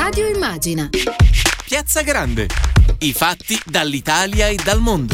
Radio Immagina. Piazza Grande. I fatti dall'Italia e dal mondo.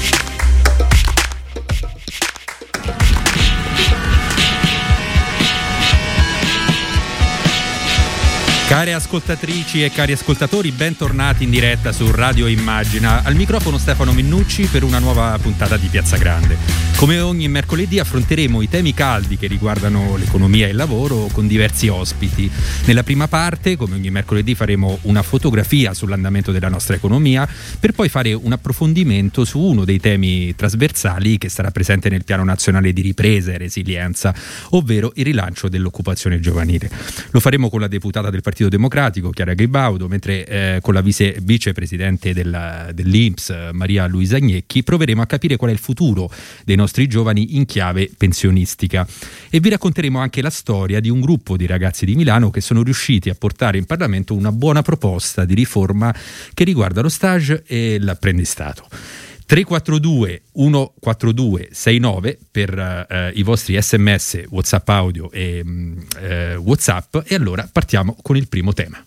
Care ascoltatrici e cari ascoltatori, bentornati in diretta su Radio Immagina. Al microfono Stefano Mennucci per una nuova puntata di Piazza Grande. Come ogni mercoledì affronteremo i temi caldi che riguardano l'economia e il lavoro con diversi ospiti. Nella prima parte, come ogni mercoledì, faremo una fotografia sull'andamento della nostra economia per poi fare un approfondimento su uno dei temi trasversali che sarà presente nel Piano Nazionale di Ripresa e Resilienza, ovvero il rilancio dell'occupazione giovanile. Lo faremo con la deputata del Partito Democratico, Chiara Gribaudo, mentre con la vicepresidente dell'INPS, Maria Luisa Gnecchi, proveremo a capire qual è il futuro dei nostri giovani in chiave pensionistica. E vi racconteremo anche la storia di un gruppo di ragazzi di Milano che sono riusciti a portare in Parlamento una buona proposta di riforma che riguarda lo stage e l'apprendistato. 342 142 69 per i vostri sms, WhatsApp audio e WhatsApp. E allora partiamo con il primo tema.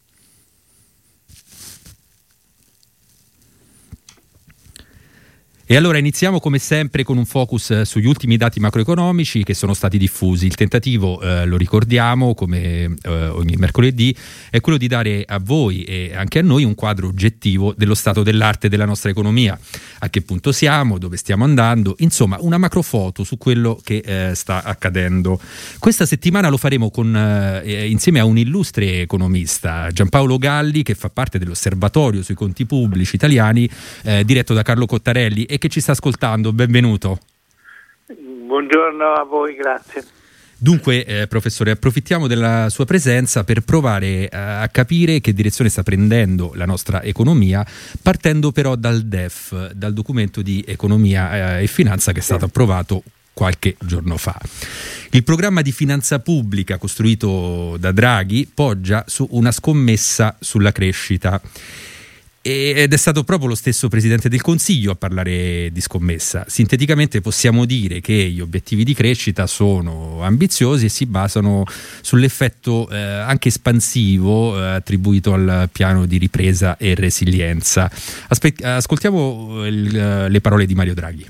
E allora iniziamo come sempre con un focus sugli ultimi dati macroeconomici che sono stati diffusi. Il tentativo, lo ricordiamo come ogni mercoledì, è quello di dare a voi e anche a noi un quadro oggettivo dello stato dell'arte della nostra economia, a che punto siamo, dove stiamo andando, insomma una macrofoto su quello che sta accadendo. Questa settimana lo faremo insieme a un illustre economista, Giampaolo Galli, che fa parte dell'Osservatorio sui conti pubblici italiani, diretto da Carlo Cottarelli, e che ci sta ascoltando. Benvenuto. Buongiorno a voi, grazie. Dunque, professore, approfittiamo della sua presenza per provare a capire che direzione sta prendendo la nostra economia, partendo però dal DEF, dal documento di economia e finanza che è stato approvato qualche giorno fa. Il programma di finanza pubblica costruito da Draghi poggia su una scommessa sulla crescita. Ed è stato proprio lo stesso Presidente del Consiglio a parlare di scommessa. Sinteticamente possiamo dire che gli obiettivi di crescita sono ambiziosi e si basano sull'effetto anche espansivo attribuito al piano di ripresa e resilienza. Ascoltiamo le parole di Mario Draghi.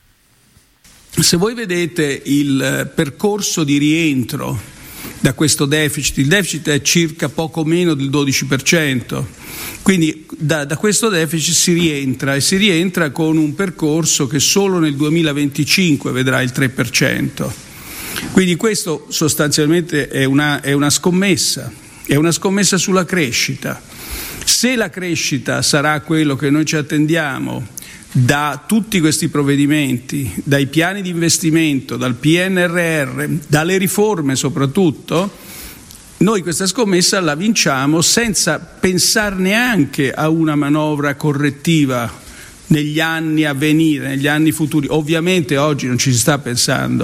Se voi vedete il percorso di rientro da questo deficit, il deficit è circa poco meno del 12%, quindi da questo deficit si rientra con un percorso che solo nel 2025 vedrà il 3%. Quindi questo sostanzialmente è una scommessa sulla crescita. Se la crescita sarà quello che noi ci attendiamo da tutti questi provvedimenti, dai piani di investimento, dal PNRR, dalle riforme soprattutto, noi questa scommessa la vinciamo senza pensare neanche a una manovra correttiva negli anni a venire, negli anni futuri. Ovviamente oggi non ci si sta pensando.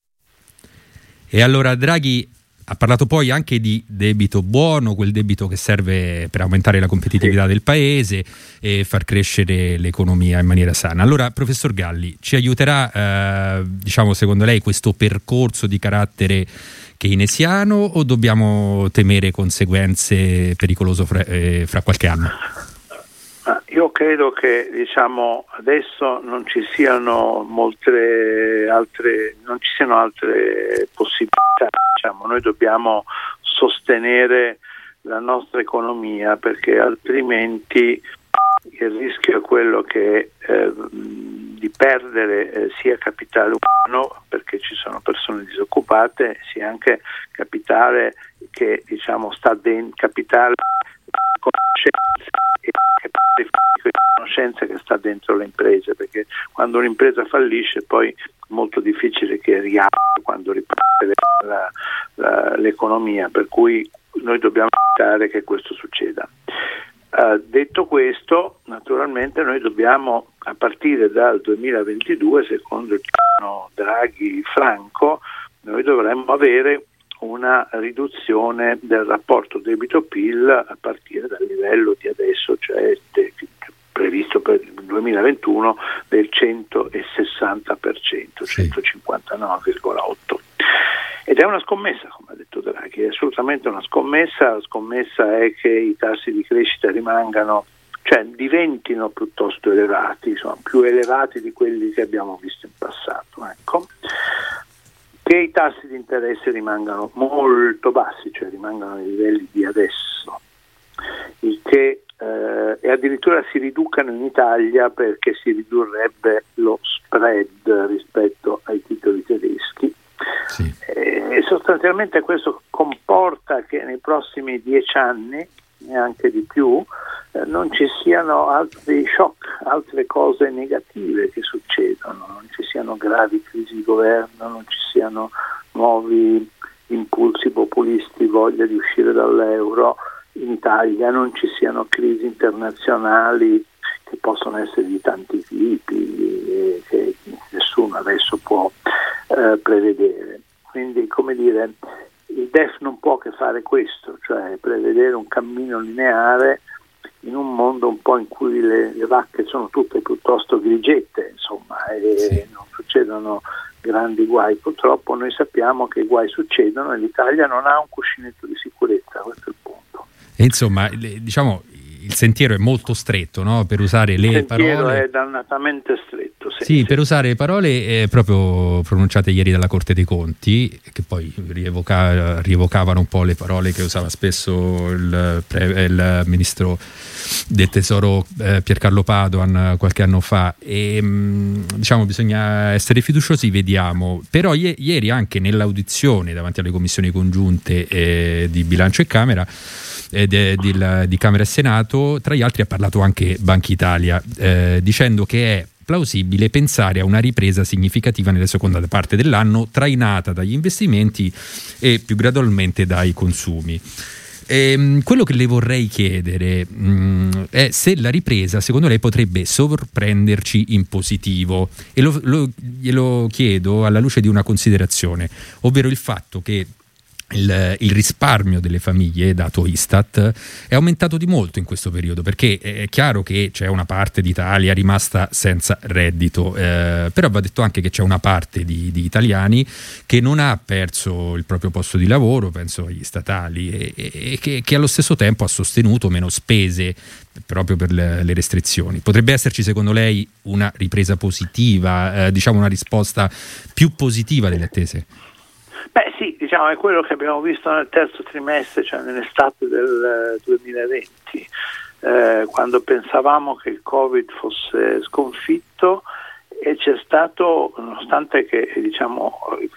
E allora Draghi ha parlato poi anche di debito buono, quel debito che serve per aumentare la competitività del paese e far crescere l'economia in maniera sana. Allora, professor Galli, ci aiuterà, secondo lei, questo percorso di carattere keynesiano o dobbiamo temere conseguenze pericolose fra qualche anno? Io credo che adesso non ci siano altre possibilità. Noi dobbiamo sostenere la nostra economia, perché altrimenti il rischio è quello che di perdere sia capitale umano, perché ci sono persone disoccupate, sia anche capitale che sta dentro, capitale conoscenza che sta dentro le imprese, perché quando un'impresa fallisce poi è molto difficile che riapra quando riparte l'economia, per cui noi dobbiamo evitare che questo succeda. Detto questo, naturalmente noi dobbiamo, a partire dal 2022, secondo il piano Draghi-Franco, noi dovremmo avere una riduzione del rapporto debito-PIL a partire dal livello di adesso, cioè previsto per il 2021 del 160%, 159,8%. Ed è una scommessa, come ha detto Draghi. è assolutamente una scommessa. La scommessa è che i tassi di crescita diventino piuttosto elevati, più elevati di quelli che abbiamo visto in passato. Ecco. Che i tassi di interesse rimangano molto bassi, cioè rimangano ai livelli di adesso, il che e addirittura si riducano in Italia, perché si ridurrebbe lo spread rispetto ai titoli tedeschi. Sì. E sostanzialmente questo comporta che nei prossimi 10 anni e anche di più non ci siano altri shock, altre cose negative che succedono, non ci siano gravi crisi di governo, non ci siano nuovi impulsi populisti, voglia di uscire dall'euro in Italia, non ci siano crisi internazionali che possono essere di tanti tipi che nessuno adesso può prevedere. Quindi, come dire, il DEF non può che fare questo, cioè prevedere un cammino lineare in un mondo un po' in cui le vacche sono tutte piuttosto grigette, insomma, e sì, non succedono grandi guai. Purtroppo noi sappiamo che i guai succedono e l'Italia non ha un cuscinetto di sicurezza, questo è il punto. E insomma, diciamo, il sentiero è molto stretto, no? Per usare le parole. Il sentiero è dannatamente stretto. Sì, per usare le parole proprio pronunciate ieri dalla Corte dei Conti, che poi rievocavano un po' le parole che usava spesso il ministro del Tesoro Piercarlo Padoan qualche anno fa, e diciamo bisogna essere fiduciosi, vediamo. Però ieri anche nell'audizione davanti alle commissioni congiunte di bilancio e Camera, di Camera e Senato, tra gli altri ha parlato anche Banca Italia, dicendo che è plausibile pensare a una ripresa significativa nella seconda parte dell'anno, trainata dagli investimenti e più gradualmente dai consumi. Quello che le vorrei chiedere è se la ripresa secondo lei potrebbe sorprenderci in positivo, e glielo chiedo alla luce di una considerazione, ovvero il fatto che il risparmio delle famiglie, dato Istat, è aumentato di molto in questo periodo, perché è chiaro che c'è una parte d'Italia rimasta senza reddito, però va detto anche che c'è una parte di italiani che non ha perso il proprio posto di lavoro, penso agli statali, e che allo stesso tempo ha sostenuto meno spese proprio per le restrizioni. Potrebbe esserci secondo lei una ripresa positiva, diciamo una risposta più positiva delle attese? Beh sì, diciamo è quello che abbiamo visto nel terzo trimestre, cioè nell'estate del 2020, quando pensavamo che il Covid fosse sconfitto, e c'è stato, nonostante che diciamo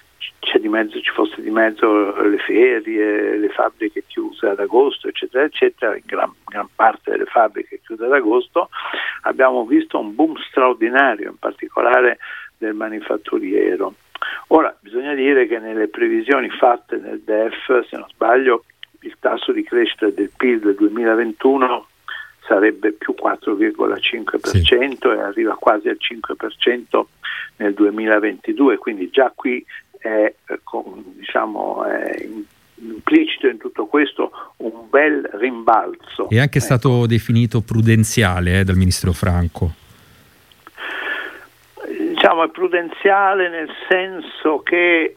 ci fosse di mezzo le ferie, le fabbriche chiuse ad agosto, eccetera, eccetera, gran parte delle fabbriche chiuse ad agosto, abbiamo visto un boom straordinario, in particolare del manifatturiero. Ora, bisogna dire che nelle previsioni fatte nel DEF, se non sbaglio, il tasso di crescita del PIL del 2021 sarebbe più 4,5%, sì, e arriva quasi al 5% nel 2022, quindi già qui è implicito in tutto questo un bel rimbalzo. È anche stato definito prudenziale dal ministro Franco. Diciamo è prudenziale nel senso che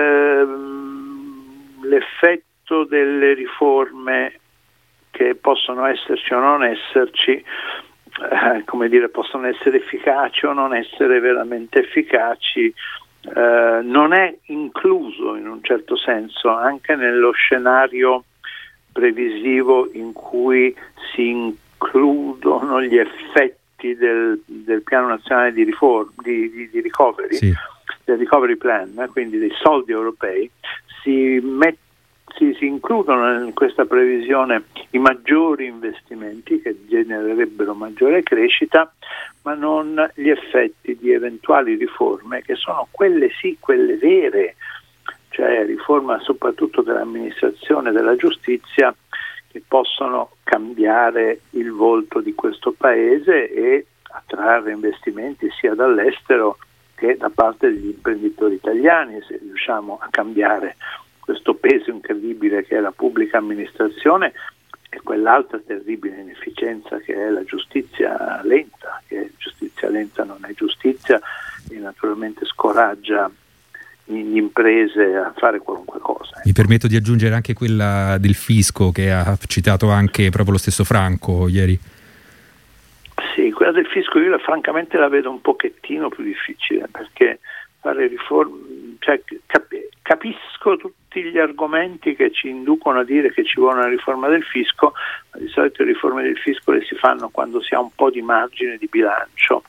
l'effetto delle riforme, che possono esserci o non esserci, possono essere efficaci o non essere veramente efficaci, non è incluso in un certo senso anche nello scenario previsivo in cui si includono gli effetti del piano nazionale di recovery, sì, del recovery plan, quindi dei soldi europei. Si includono in questa previsione i maggiori investimenti che genererebbero maggiore crescita, ma non gli effetti di eventuali riforme, che sono quelle vere, cioè riforma soprattutto dell'amministrazione della giustizia, che possono cambiare il volto di questo paese e attrarre investimenti sia dall'estero che da parte degli imprenditori italiani, se riusciamo a cambiare questo peso incredibile che è la pubblica amministrazione e quell'altra terribile inefficienza che è la giustizia lenta, che giustizia lenta non è giustizia e naturalmente scoraggia le imprese a fare qualunque cosa. Mi permetto di aggiungere anche quella del fisco che ha citato anche proprio lo stesso Franco ieri. Sì, quella del fisco io francamente la vedo un pochettino più difficile, perché fare riforme, cioè, capisco tutti gli argomenti che ci inducono a dire che ci vuole una riforma del fisco, ma di solito le riforme del fisco le si fanno quando si ha un po' di margine di bilancio,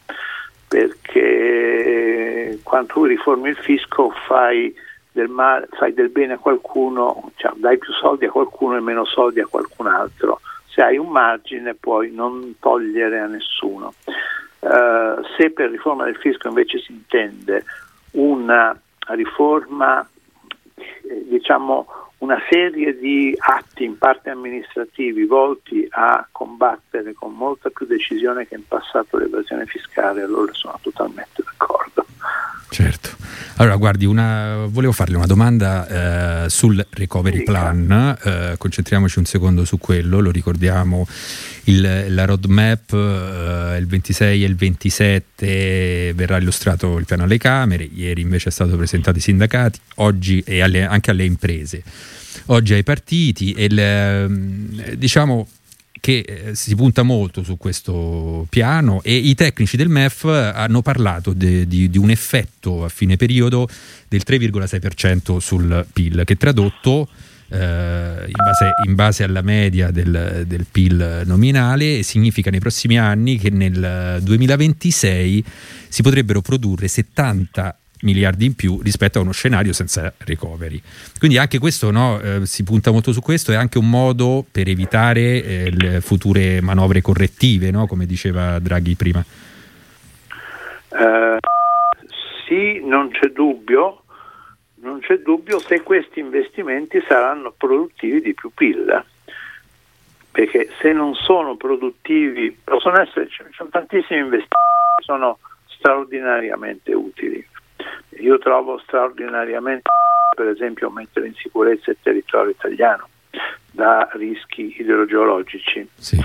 perché quando tu riformi il fisco fai del male, fai del bene a qualcuno, cioè dai più soldi a qualcuno e meno soldi a qualcun altro. Se hai un margine puoi non togliere a nessuno. Se per riforma del fisco invece si intende una riforma, diciamo una serie di atti in parte amministrativi volti a combattere con molta più decisione che in passato l'evasione fiscale, allora sono totalmente d'accordo. Certo. Allora guardi, volevo farle una domanda sul recovery plan, concentriamoci un secondo su quello, lo ricordiamo, la roadmap il 26 e il 27 verrà illustrato il piano alle Camere, ieri invece è stato presentato ai sindacati, oggi e anche alle imprese, oggi ai partiti, e diciamo che si punta molto su questo piano, e i tecnici del MEF hanno parlato di un effetto a fine periodo del 3,6% sul PIL, che tradotto in base alla media del PIL nominale significa nei prossimi anni che nel 2026 si potrebbero produrre 70 miliardi in più rispetto a uno scenario senza recovery. Quindi anche questo, si punta molto su questo, è anche un modo per evitare le future manovre correttive, come diceva Draghi prima. Sì, non c'è dubbio se questi investimenti saranno produttivi di più PIL, perché se non sono produttivi, possono essere, ci sono tantissimi investimenti che sono straordinariamente utili. Io trovo straordinariamente, per esempio, mettere in sicurezza il territorio italiano da rischi idrogeologici. Sì.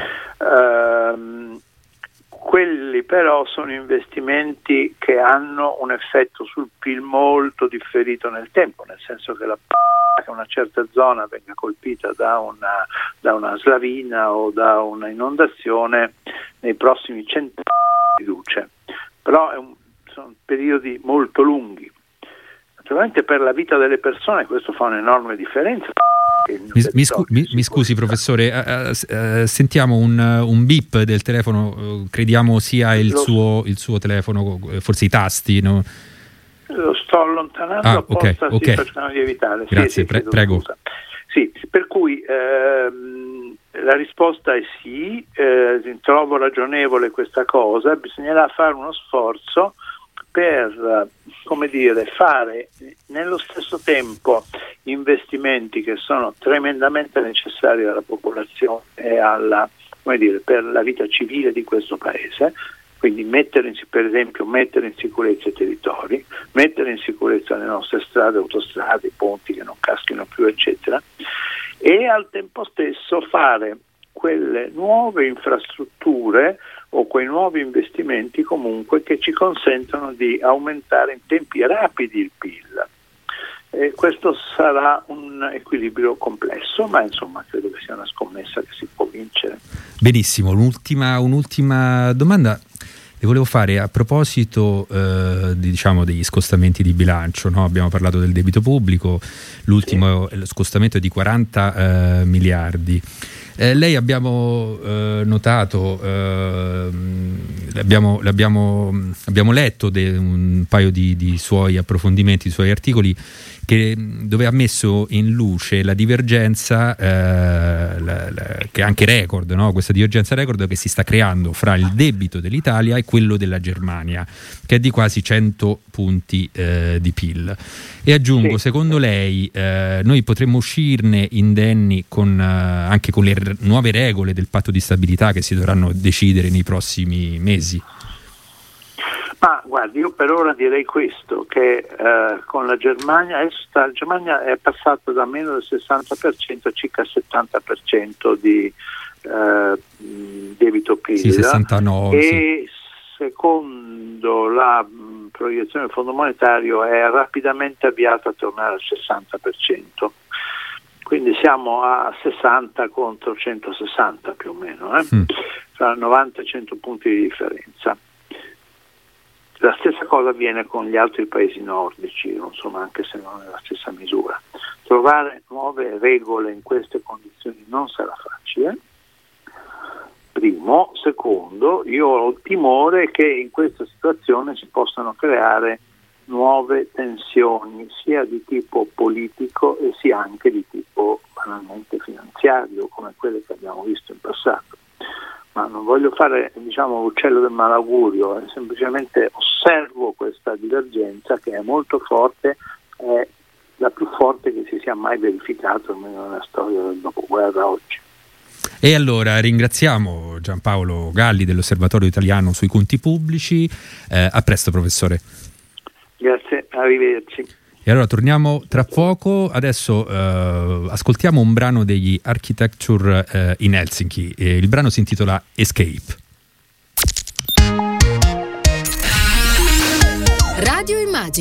Quelli però sono investimenti che hanno un effetto sul PIL molto differito nel tempo, nel senso che che una certa zona venga colpita da una slavina o da una inondazione nei prossimi 100 anni si riduce, però sono periodi molto lunghi. Naturalmente per la vita delle persone questo fa un'enorme differenza. Mi scusi professore, sentiamo un beep del telefono, crediamo sia il suo telefono, forse i tasti, no? Lo sto allontanando apposta, okay. Cercando di evitare. Grazie, prego. Scusa. Sì, per cui la risposta è sì, trovo ragionevole questa cosa, bisognerà fare uno sforzo per, fare nello stesso tempo investimenti che sono tremendamente necessari alla popolazione e per la vita civile di questo paese, quindi per esempio mettere in sicurezza i territori, mettere in sicurezza le nostre strade, autostrade, i ponti che non caschino più, eccetera, e al tempo stesso fare quelle nuove infrastrutture o quei nuovi investimenti comunque che ci consentono di aumentare in tempi rapidi il PIL. Questo sarà un equilibrio complesso, ma insomma credo che sia una scommessa che si può vincere. Benissimo, un'ultima domanda le volevo fare a proposito degli scostamenti di bilancio, no? Abbiamo parlato del debito pubblico, l'ultimo scostamento è di 40 miliardi. Lei abbiamo notato, abbiamo letto un paio di suoi approfondimenti, di suoi articoli dove ha messo in luce la divergenza che è anche record, no? Questa divergenza record che si sta creando fra il debito dell'Italia e quello della Germania, che è di quasi 100 punti di PIL. E aggiungo, secondo lei noi potremmo uscirne indenni anche con le nuove regole del patto di stabilità che si dovranno decidere nei prossimi mesi? Ma guardi, io per ora direi questo, che con la Germania è passata da meno del 60% a circa il 70% di debito PIL. Sì, 69. E secondo la proiezione del Fondo Monetario è rapidamente avviata a tornare al 60%. Quindi siamo a 60 contro 160 più o meno, tra 90 e 100 punti di differenza. La stessa cosa avviene con gli altri paesi nordici, insomma, anche se non nella stessa misura. Trovare nuove regole in queste condizioni non sarà facile. Primo. Secondo, io ho il timore che in questa situazione si possano creare nuove tensioni, sia di tipo politico e sia anche di tipo banalmente finanziario, come quelle che abbiamo visto in passato. Ma non voglio fare, l'uccello del malaugurio, semplicemente osservo questa divergenza che è molto forte, è la più forte che si sia mai verificata, almeno nella storia del dopoguerra oggi. E allora ringraziamo Giampaolo Galli dell'Osservatorio Italiano sui Conti Pubblici. A presto, professore. Grazie, arrivederci. E allora torniamo tra poco. Adesso ascoltiamo un brano degli Architecture in Helsinki. Il brano si intitola Escape.